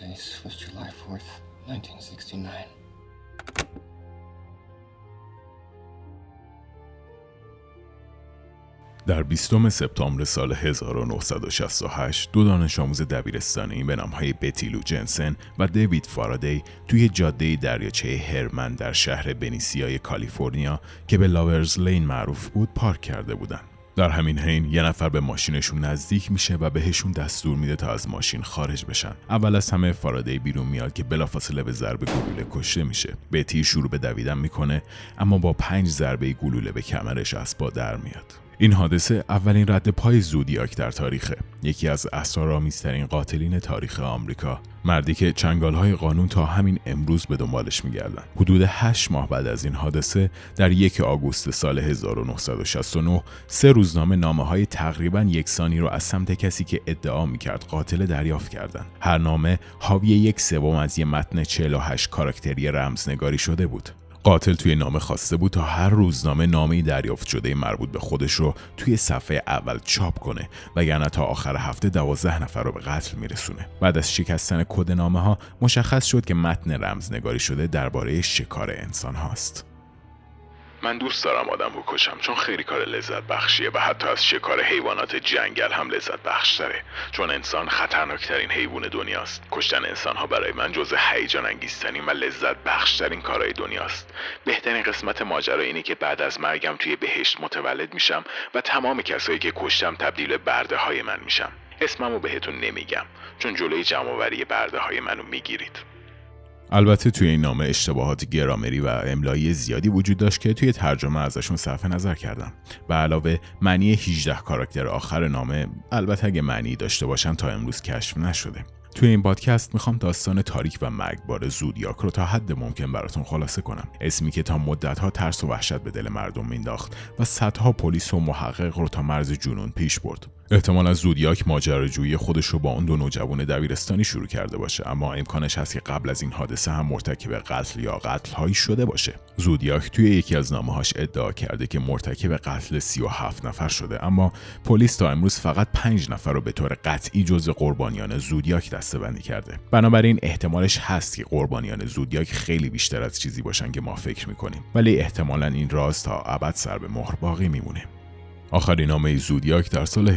case was July 4th, 1969. در 20 سپتامبر سال 1968 دو دانش آموز دبیرستانی به نامهای بتی لو جنسن و دیوید فارادی توی جاده دریاچه هرمن در شهر بنیسیای کالیفرنیا که به لاورز لین معروف بود پارک کرده بودند. در همین حین یه نفر به ماشینشون نزدیک میشه و بهشون دستور میده تا از ماشین خارج بشن. اول از همه فارادی بیرون میاد که بلافاصله به ضربه گلوله کشته میشه. بتی شروع به دویدن میکنه اما با 5 ضربه گلوله به کمرش از پا در میاد. این حادثه اولین رد پای زودیاک در تاریخه. یکی از اسرارآمیزترین قاتلین تاریخ آمریکا، مردی که چنگالهای قانون تا همین امروز به دنبالش میگردن. حدود 8 ماه بعد از این حادثه در 1 آگوست سال 1969 3 روزنامه نامه‌های تقریباً یکسانی رو از سمت کسی که ادعا میکرد قاتل دریافت کردند. هر نامه حاوی 1/3 از یه متن 48 کاراکتری رمزنگاری شده بود. قاتل توی نامه خواسته بود تا هر روزنامه نامه‌ای دریافت شده مربوط به خودش رو توی صفحه اول چاپ کنه وگرنه تا آخر هفته 12 نفر رو به قتل میرسونه. بعد از شکستن کد نامه‌ها مشخص شد که متن رمزنگاری شده درباره شکار انسان هاست. من دوست دارم آدم بکشم چون خیلی کار لذت بخشیه و حتی از شکار حیوانات جنگل هم لذت بخشتره، چون انسان خطرناکترین حیوان دنیاست. کشتن انسان ها برای من جزء هیجان انگیزترین و لذت بخشترین کارهای دنیاست. بهترین قسمت ماجرا اینه که بعد از مرگم توی بهشت متولد میشم و تمام کسایی که کشتم تبدیل به برده های من میشم. اسممو بهتون نمیگم چون جلوی جمع‌آوری برده های منو میگیرید. البته توی این نامه اشتباهات گرامری و املایی زیادی وجود داشت که توی ترجمه ازشون صرف نظر کردم. به علاوه معنی 18 کاراکتر آخر نامه، البته اگه معنی داشته باشن، تا امروز کشف نشده. توی این پادکست میخوام داستان تاریک و مرگبار زودیاک رو تا حد ممکن براتون خلاصه کنم. اسمی که تا مدت‌ها ترس و وحشت به دل مردم مینداخت و صدها پلیس و محقق رو تا مرز جنون پیش برد. احتمالاً زودیاک ماجراجویی خودش رو با اون دو نوجوان دبیرستانی شروع کرده باشه، اما امکانش هست که قبل از این حادثه هم مرتکب قتل یا قتل‌هایی شده باشه. زودیاک توی یکی از نامه‌هاش ادعا کرده که مرتکب قتل 37 نفر شده، اما پلیس تا امروز فقط 5 نفر رو به طور قطعی جزو قربانیان زودیاک دسته‌بندی کرده. بنابراین احتمالش هست که قربانیان زودیاک خیلی بیشتر از چیزی باشن که ما فکر می‌کنیم، ولی احتمالاً این راز تا ابد سر به مهر باقی میمونه. آخرین نامه زودیاک در سال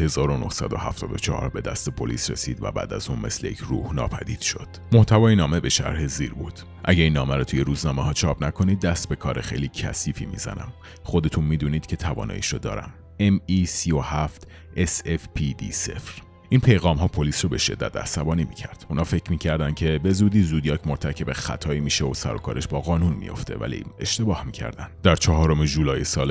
1974 به دست پلیس رسید و بعد از اون مثل یک روح ناپدید شد. محتوای نامه به شرح زیر بود: اگه این نامه رو توی روزنامه ها چاپ نکنید دست به کار خیلی کثیفی میزنم. خودتون میدونید که تواناییشو دارم. ME37 SFPD0. این پیغام ها پلیس رو به شدت عصبانی میکرد. اونا فکر میکردن که به زودی زودیاک مرتکب خطایی میشه و سر و کارش با قانون میفته، ولی اشتباه میکردن. در 4 ژولای سال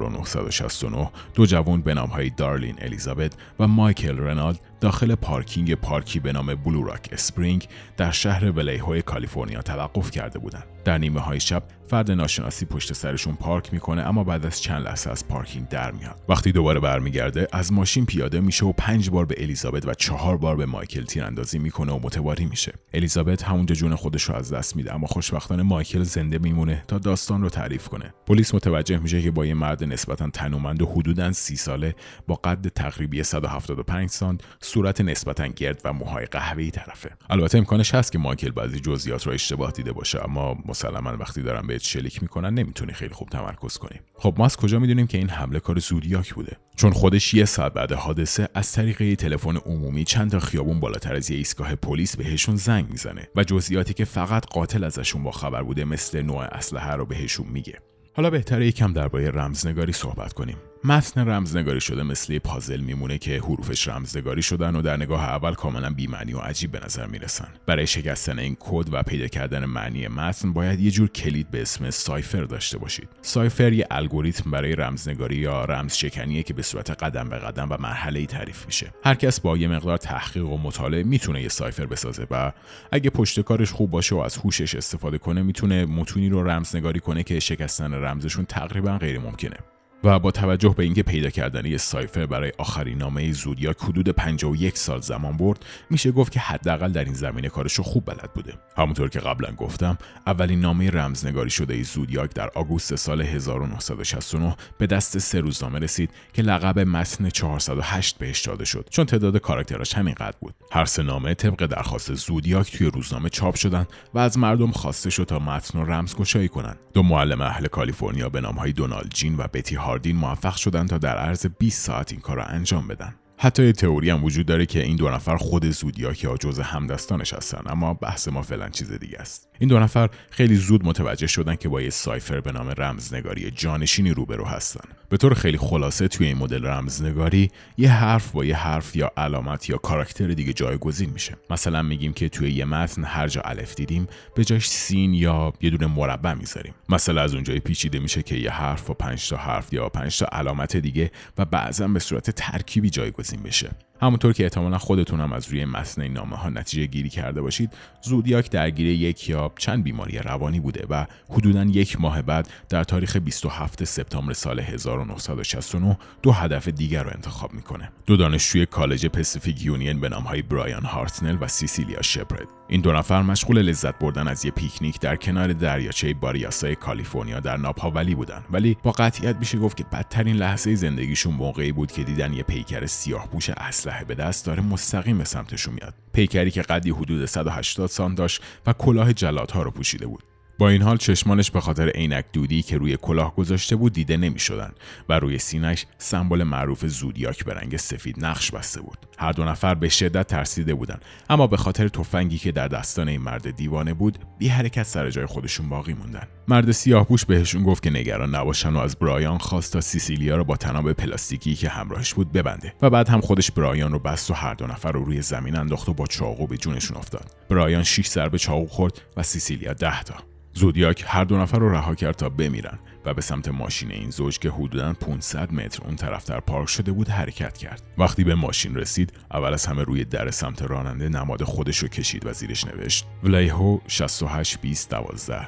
1969 دو جوان به نامهای دارلین الیزابت و مایکل رنالد داخل پارکی به نام بلو راک اسپرینگ در شهر ولیهو کالیفرنیا توقف کرده بودند. در نیمه های شب فرد ناشناسی پشت سرشون پارک میکنه، اما بعد از چند لحظه از پارکینگ در میاد. وقتی دوباره برمیگرده از ماشین پیاده میشه و 5 بار به الیزابت و 4 بار به مایکل تیراندازی میکنه و متواری میشه. الیزابت همونجا جون خودش رو از دست میده، اما خوشبختانه مایکل زنده میمونه تا داستان رو تعریف کنه. پلیس متوجه میشه که با یه مرد نسبتاً تنومند و حدوداً 30 ساله با قد تقریبی 175 سانت، صورت نسبتاً گرد و موهای قهوه‌ای طرفه. البته امکانش هست که مایکل بعضی جزئیات رو اشتباه دیده باشه، اما مسلماً وقتی دارن بهت شلیک میکنن نمیتونی خیلی خوب تمرکز کنی. خب ما از کجا میدونیم که این حمله کار زودیاک بوده؟ چون خودش 1 ساعت بعد حادثه از طریق یه تلفن عمومی چند تا خیابون بالاتر از یه ایستگاه پلیس بهشون زنگ میزنه و جزئیاتی که فقط قاتل ازشون با خبر بوده مثل نوع اسلحه رو بهشون میگه. حالا بهتره یکم درباره رمزنگاری صحبت کنیم. متن رمزنگاری شده مثل پازل میمونه که حروفش رمزنگاری شدن و در نگاه اول کاملا بی‌معنی و عجیب به نظر میرسن. برای شکستن این کد و پیدا کردن معنی متن باید یه جور کلید به اسم سایفر داشته باشید. سایفر یه الگوریتم برای رمزنگاری یا رمزشکنیه که به صورت قدم به قدم و مرحله‌ای تعریف میشه. هر کس با یه مقدار تحقیق و مطالعه میتونه یه سایفر بسازه و اگه پشت کارش خوب باشه و از هوشش استفاده کنه میتونه متونی رو رمزنگاری کنه که شکستن رمزشون تقریبا غیر ممکنه. و با توجه به اینکه پیدا کردن یه سایفر برای آخرین نامه زودیاک حدود 51 سال زمان برد، میشه گفت که حداقل در این زمینه کارشو خوب بلد بوده. همونطور که قبلا گفتم، اولین نامه رمزنگاری شده زودیاک در آگوست سال 1969 به دست 3 روزنامه رسید که لقب متن 408 بهش داده شد، چون تعداد کاراکتراش همینقدر بود. هر 3 نامه طبق درخواست زودیاک توی روزنامه چاپ شدن و از مردم خواسته شد تا متن رو رمزگشایی کنن. 2 معلم اهل کالیفرنیا به نامهای دونالد جین و بتی هاردین موفق شدن تا در عرض 20 ساعت این کار رو انجام بدن. حتی یه تئوری هم وجود داره که این 2 نفر خود زودیاک یا جزء همدستانش هستن، اما بحث ما فعلا چیز دیگه است. این 2 نفر خیلی زود متوجه شدن که با یه سایفر به نام رمزنگاری جانشینی روبرو هستن. به طور خیلی خلاصه توی این مدل رمزنگاری یه حرف با یه حرف یا علامت یا کاراکتر دیگه جایگزین میشه. مثلا میگیم که توی یه متن هر جا الف دیدیم به جاش سین یا یه دونه مربع میذاریم. مثلا از اونجایی پیچیده میشه که یه حرف با 5 تا حرف یا 5 تا علامت دیگه و بعضا به صورت ترکیبی جایگزین بشه. همونطور که احتمالاً خودتون هم از روی متن این نامه‌ها نتیجه گیری کرده باشید، زودیاک درگیر 1 یا چند بیماری روانی بوده و حدوداً 1 ماه بعد در تاریخ 27 سپتامبر سال 1969 2 هدف دیگر رو انتخاب میکنه. 2 دانشجوی کالج پاسیفیک یونین به نام‌های برایان هارتنل و سیسیلیا شپرد. این 2 نفر مشغول لذت بردن از یه پیکنیک در کنار دریاچه باریاسای کالیفرنیا در ناپا ولی بودن، ولی با قطعیت میشه گفت که بدترین لحظه زندگیشون موقعی بود که دیدن یه پیکر سیاه‌پوش اسلحه به دست داره مستقیم به سمتشون میاد. پیکری که قدی حدود 180 سانت داشت و کلاه جلادها رو پوشیده بود. با این حال چشمانش به خاطر عینک دودی که روی کلاه گذاشته بود دیده نمی‌شدن و روی سینه‌اش سمبل معروف زودیاک به رنگ سفید نقش بسته بود. هر 2 نفر به شدت ترسیده بودن، اما به خاطر تفنگی که در دستان این مرد دیوانه بود، بی حرکت سر جای خودشون باقی موندن. مرد سیاه‌پوش بهشون گفت که نگران نباشن و از برایان خواست تا سیسیلیا رو با تناب پلاستیکی که همراهش بود ببنده و بعد هم خودش برایان رو بست و هر 2 نفر رو روی زمین انداخت و با چاقو به جونشون افتاد. برایان 6 ضربه چاقو خورد و سیسیلیا 10 تا. زودیاک هر 2 نفر رو رها کرد تا بمیرن و به سمت ماشین این زوج که حدوداً 500 متر اون طرفتر پارک شده بود حرکت کرد. وقتی به ماشین رسید، اول از همه روی در سمت راننده نماد خودش رو کشید و زیرش نوشت: ولیهو 68 20 12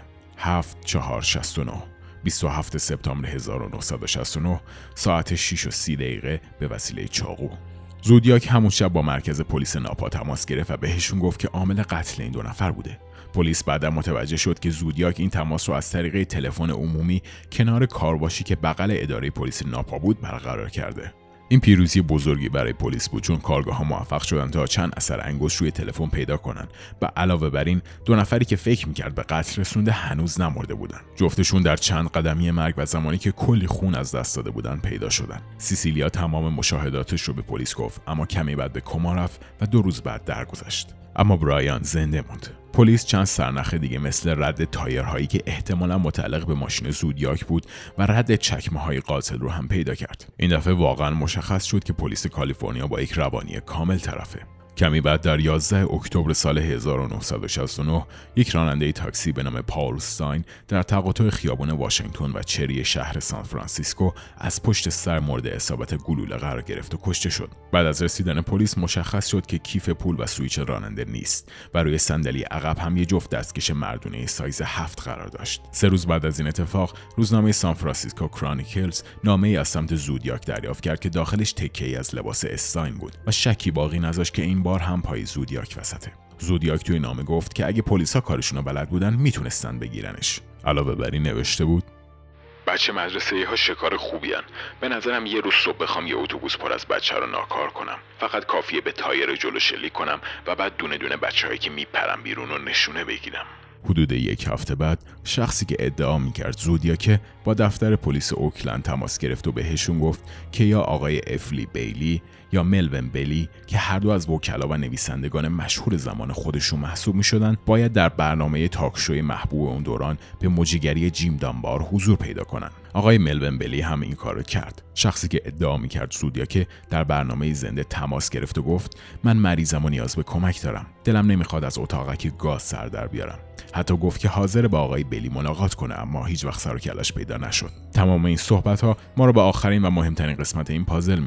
7469 27 سپتامبر 1969 ساعت 6:30 به وسیله چاقو. زودیاک همون شب با مرکز پلیس ناپا تماس گرفت و بهشون گفت که عامل قتل این 2 نفر بوده. پلیس بعدا متوجه شد که زودیاک این تماس رو از طریق تلفن عمومی کنار کارواشی که بغل اداره پلیس ناپا بود برقرار کرده. این پیروزی بزرگی برای پلیس بود، چون کارگاه‌ها موفق شدن تا چند اثر انگشت روی تلفن پیدا کنن و علاوه بر این 2 نفری که فکر می‌کرد به قتل رسونده هنوز نمرده بودن. جفتشون در چند قدمی مرگ و زمانی که کلی خون از دست داده بودن پیدا شدن. سیسیلیا تمام مشاهداتش رو به پلیس گفت، اما کمی بعد به کما رفت و 2 روز بعد درگذشت. اما برایان زنده موند. پلیس چند سرنخ دیگه مثل رد تایرهایی که احتمالاً متعلق به ماشین زودیاک بود و رد چکمه‌های قاتل رو هم پیدا کرد. این دفعه واقعاً مشخص شد که پلیس کالیفرنیا با یک روانی کامل طرفه. کمی بعد در 11 اکتبر سال 1969 یک راننده تاکسی به نام پاول استاین در تقاطع خیابان واشنگتن و چری شهر سان فرانسیسکو از پشت سر مورد اصابت گلوله قرار گرفت و کشته شد. بعد از رسیدن پلیس مشخص شد که کیف پول و سوئیچ راننده نیست و روی صندلی عقب هم یه جفت دستکش مردونه سایز 7 قرار داشت. 3 روز بعد از این اتفاق روزنامه سان فرانسیسکو کرونیکلز نامه‌ای از سمت زودیاک دریافت کرد که داخلش تکه‌ای از لباس استاین بود و شکی باقی نذاشت که این بار هم پای زودیاک وسطه. زودیاک توی نامه گفت که اگه پلیسا کارشون رو بلد بودن میتونستن بگیرنش. علاوه بر این نوشته بود: بچه مدرسه ها شکار خوبیان. به نظرم یه روز صبح بخوام یه اتوبوس پر از بچه رو ناکار کنم. فقط کافیه به تایر جلو شلیک کنم و بعد دونه دونه بچه‌هایی که میپرن بیرون رو نشونه بگیرم. حدود 1 هفته بعد شخصی که ادعا میکرد زودیاک با دفتر پلیس اوکلند تماس گرفت و بهشون گفت که یا آقای افلی بیلی یا ملوین بلی که هر دو از وکلا و نویسندگان مشهور زمان خودشون محسوب میشدن باید در برنامه تاکشوی محبوب اون دوران به مجریگری جیم دانبار حضور پیدا کنن. آقای ملوین بلی هم این کارو کرد. شخصی که ادعا میکرد زودیاک در برنامه زنده تماس گرفت و گفت من مریضم و نیاز به کمک دارم. دلم نمیخواد از اتاقک گاز سر در بیارم. حتی گفت که حاضر با آقای بلی ملاقات کنه، اما هیچ وقت سر و کلش پیدا نشد. تمام این صحبت ها ما رو به آخرین و مهمترین قسمت این پازل میاره.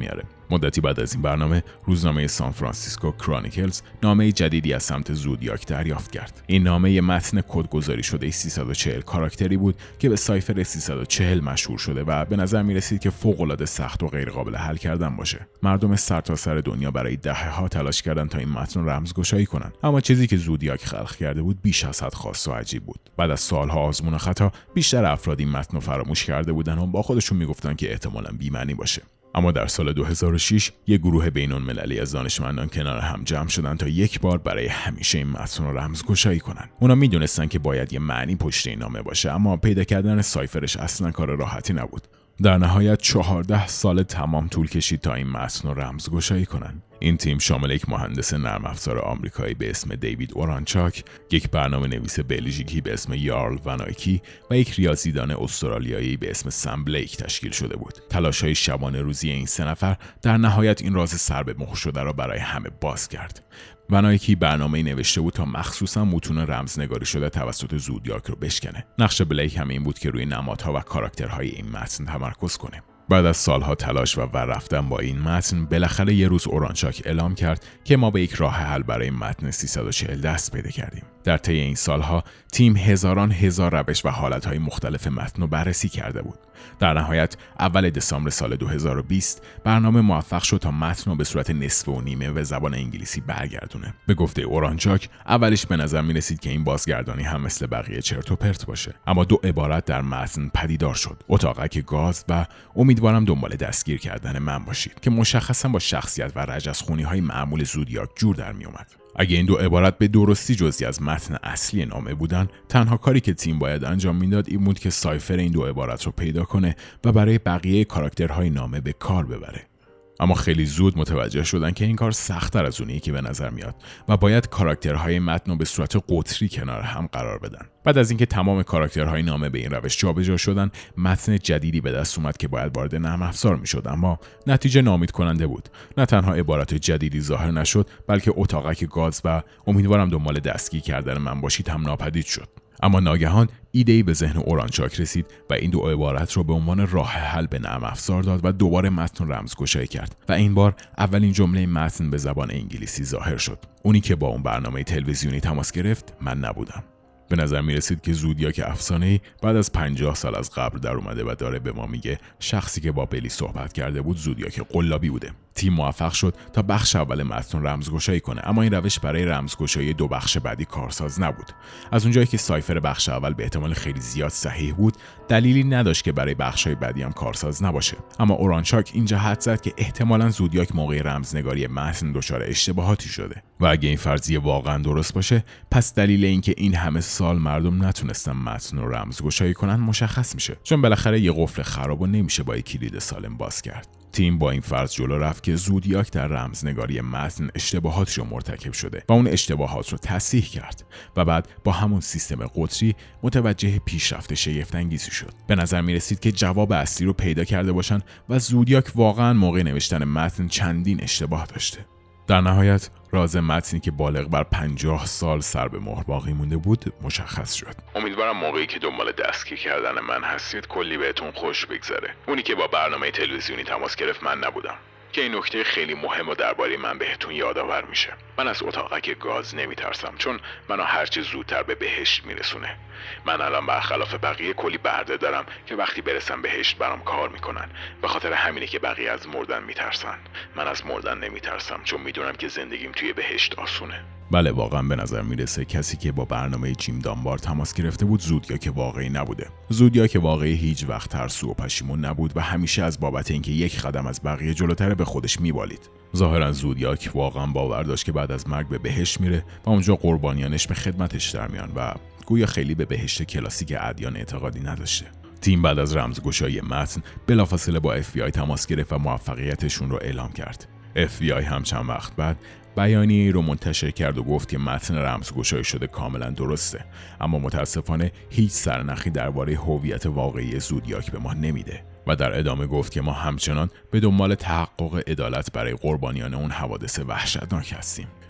مدتی بعد از این برنامه روزنامه سان فرانسیسکو کرونیکلز نامه جدیدی از سمت زودیاک دریافت کرد. این نامه یه متن کدگذاری شده 340 کاراکتری بود که به سایفر 340 مشهور شده و به نظر می رسید که فوق‌العاده سخت و غیر قابل حل کردن باشه. مردم سرتاسر دنیا برای دهه‌ها تلاش کردن تا این متن رمزگشایی کنن، اما چیزی که زودیاک خلق کرده بود بیش از حد خاص و عجیب بود. بعد از سالها آزمون و خطا بیشتر افراد این متن رو فراموش کرده بودن و با خودشون میگفتن که احتمالاً بی‌معنی باشه. اما در سال 2006 یک گروه بین‌المللی از دانشمندان کنار هم جمع شدن تا یک بار برای همیشه این متن رو رمزگشایی کنن. اونا میدونستن که باید یه معنی پشت این نامه باشه، اما پیدا کردن سایفرش اصلا کار راحتی نبود. در نهایت 14 سال تمام طول کشید تا این متن رو رمزگشایی کنن. این تیم شامل یک مهندس نرم افزار آمریکایی به اسم دیوید اورانچاک، یک برنامه‌نویس بلژیکی به اسم یارل ونایکی و یک ریاضیدان استرالیایی به اسم سم بلیک تشکیل شده بود. تلاش‌های شبانه روزی این سه نفر در نهایت این راز سر به مهر شده را برای همه باز کرد. ونایکی برنامه‌ای نوشته بود تا مخصوصا متون رمزنگاری شده توسط زودیاک رو بشکنه. نقش بلیک هم این بود که روی نمادها و کاراکترهای این متن تمرکز کنه. بعد از سالها تلاش و ور رفتن با این متن، بالاخره یه روز اورانچاک اعلام کرد که ما به یک راه حل برای متن 340 دست پیدا کردیم. در طی این سالها تیم هزاران هزار روش و حالتهای مختلف متن رو بررسی کرده بود. در نهایت اول دسامبر سال 2020 برنامه موفق شد تا متن رو به صورت نصف و نیمه به زبان انگلیسی برگردونه. به گفته اورانچاک اولش به نظر می رسید که این بازگردانی هم مثل بقیه چرت و پرت باشه، اما دو عبارت در متن پدیدار شد: اتاقک گاز و امیدوارم دنبال دستگیر کردن من باشید، که مشخصا با شخصیت و رجزخونی‌های معمول زودیاک جور در می اومد. اگه این دو عبارت به درستی جزئی از متن اصلی نامه بودن، تنها کاری که تیم باید انجام میداد این بود که سایفر این دو عبارت رو پیدا کنه و برای بقیه کاراکترهای نامه به کار ببره. اما خیلی زود متوجه شدن که این کار سخت‌تر از اونیه که به نظر میاد و باید کاراکترهای متن رو به صورت قطری کنار هم قرار بدن. بعد از اینکه تمام کاراکترهای نامه به این روش جابجا شدن، متن جدیدی به دست اومد که باید وارد نرم افزار میشد، اما نتیجه ناامید کننده بود. نه تنها عبارت جدیدی ظاهر نشد، بلکه اتاقک گاز و امیدوارم دنبال دستگیر کردن من باشید هم ناپدید شد. اما ناگهان ایده‌ای به ذهن اورانچاک رسید و این دو عبارت رو به عنوان راه حل به نرم افزار داد و دوباره متن رمزگشایی کرد و این بار اولین جمله متن به زبان انگلیسی ظاهر شد. اونی که با اون برنامه تلویزیونی تماس گرفت من نبودم. به نظر می رسید که زودیاک افسانه‌ای بعد از 50 سال از قبر در اومده و داره به ما میگه شخصی که با بلی صحبت کرده بود زودیاک قلابی بوده. تیم موفق شد تا بخش اول متن رمزگشایی کنه، اما این روش برای رمزگشایی دو بخش بعدی کارساز نبود. از اونجایی که سایفر بخش اول به احتمال خیلی زیاد صحیح بود، دلیلی نداشت که برای بخش‌های بعدی هم کارساز نباشه. اما اورانچاک اینجا حد زد که احتمالاً زودیاک موقع رمزنگاری متن دچار اشتباهاتی شده و اگه این فرضیه واقعاً درست باشه، پس دلیل اینکه این همه سال مردم نتونستن متن رو رمزگشایی کنن مشخص میشه، چون بالاخره یه قفل خرابو نمیشه با یک کلید سالم باز کرد. تیم با این فرض جلو رفت که زودیاک در رمزنگاری متن اشتباهاتی رو مرتکب شده و اون اشتباهات رو تصحیح کرد و بعد با همون سیستم قطری متوجه پیشرفت شگفت‌انگیزی شد. به نظر می رسید که جواب اصلی رو پیدا کرده باشن و زودیاک واقعا موقع نوشتن متن چندین اشتباه داشته. در نهایت راز متنی که بالغ بر 50 سال سر به مهر باقی مونده بود مشخص شد. امیدوارم موقعی که دنبال دستگیر کردن من هستید کلی بهتون خوش بگذره. اونی که با برنامه تلویزیونی تماس گرفت من نبودم. که این نکته خیلی مهم و درباره من بهتون یادآور میشه. من از اتاقک گاز نمیترسم، چون منو هرچی زودتر به بهشت میرسونه. من الان برخلاف بقیه کلی برده دارم که وقتی برسم بهشت برام کار میکنن. به خاطر همینه که بقیه از مردن میترسن. من از مردن نمیترسم، چون میدونم که زندگیم توی بهشت آسونه. بله، واقعا به نظر میرسه کسی که با برنامه جیم دانبار تماس گرفته بود زودیاک واقعی نبوده. زودیاک واقعی هیچ وقت ترسو و پشیمون نبود و همیشه از بابت اینکه یک قدم از بقیه جلوتر به خودش میبالید. ظاهرا زودیاک واقعا باور داشت که بعد از مرگ به بهشت میره و اونجا قربانیانش به خدمتش در میان و گویا خیلی به بهشت کلاسیک ادیان اعتقادی نداشته. تیم بعد از رمزگشایی متن بلافاصله با FBI تماس گرفت و موفقیتشون رو اعلام کرد. FBI هم چند وقت بعد بیانیه‌ای رو منتشر کرد و گفت که متن رمزگشایی شده کاملا درسته، اما متاسفانه هیچ سرنخی درباره هویت واقعی زودیاک به ما نمیده و در ادامه گفت که ما همچنان به دنبال تحقق عدالت برای قربانیان اون حوادث وحشتناک هستیم.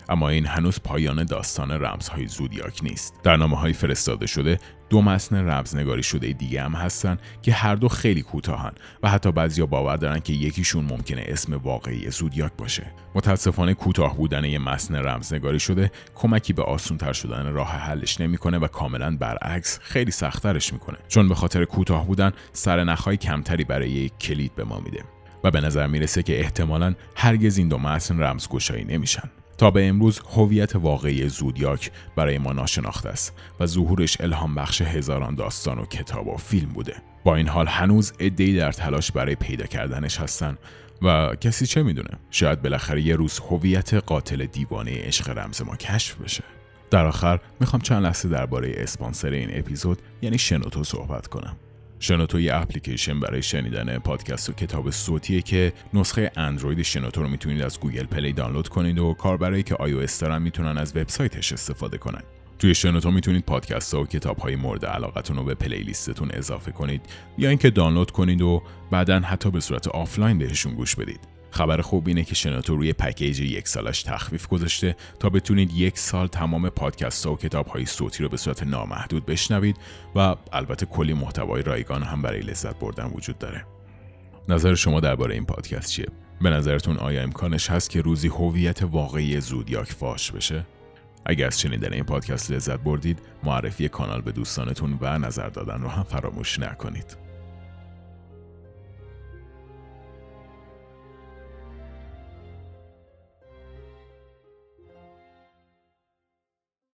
اما این هنوز پایان داستان رمزهای زودیاک نیست. در نامه‌های فرستاده شده 2 متن رمزنگاری شده دیگه هم هستن که هر دو خیلی کوتاهن و حتی بعضیا باور دارن که یکیشون ممکنه اسم واقعی زودیاک باشه. متاسفانه کوتاه بودن یه متن رمزنگاری شده کمکی به آسان‌تر شدن راه حلش نمی‌کنه و کاملاً برعکس خیلی سخت‌ترش می‌کنه، چون به خاطر کوتاه بودن سرنخ‌های کمتری برای یک کلید به ما میده و به نظر میرسه که احتمالاً هرگز این 2 متن رمزگشایی نمیشن. تا به امروز هویت واقعی زودیاک برای ما ناشناخته است و ظهورش الهام بخش هزاران داستان و کتاب و فیلم بوده. با این حال هنوز عده‌ای در تلاش برای پیدا کردنش هستن و کسی چه میدونه، شاید بالاخره یه روز هویت قاتل دیوانه عشق رمز ما کشف بشه. در آخر میخوام چند لحظه درباره اسپانسر این اپیزود یعنی شنوتو صحبت کنم. شنوتو یه اپلیکیشن برای شنیدن پادکست و کتاب صوتیه که نسخه اندروید شنوتو رو میتونید از گوگل پلی دانلود کنید و کاربرایی که iOS دارن میتونن از وبسایتش استفاده کنن. توی شنوتو میتونید پادکست ها و کتاب های مورد علاقتون رو به پلیلیستتون اضافه کنید یا اینکه دانلود کنید و بعداً حتی به صورت آفلاین بهشون گوش بدید. خبر خوب اینه که شنوتو روی پکیج 1 سالش تخفیف گذاشته تا بتونید 1 سال تمام پادکست ها و کتاب های صوتی رو به صورت نامحدود بشنوید و البته کلی محتوای رایگان هم برای لذت بردن وجود داره. نظر شما درباره این پادکست چیه؟ به نظرتون آیا امکانش هست که روزی هویت واقعی زودیاک فاش بشه؟ اگر از شنیدن این پادکست لذت بردید، معرفی کانال به دوستانتون و نظر دادن رو هم فراموش نکنید.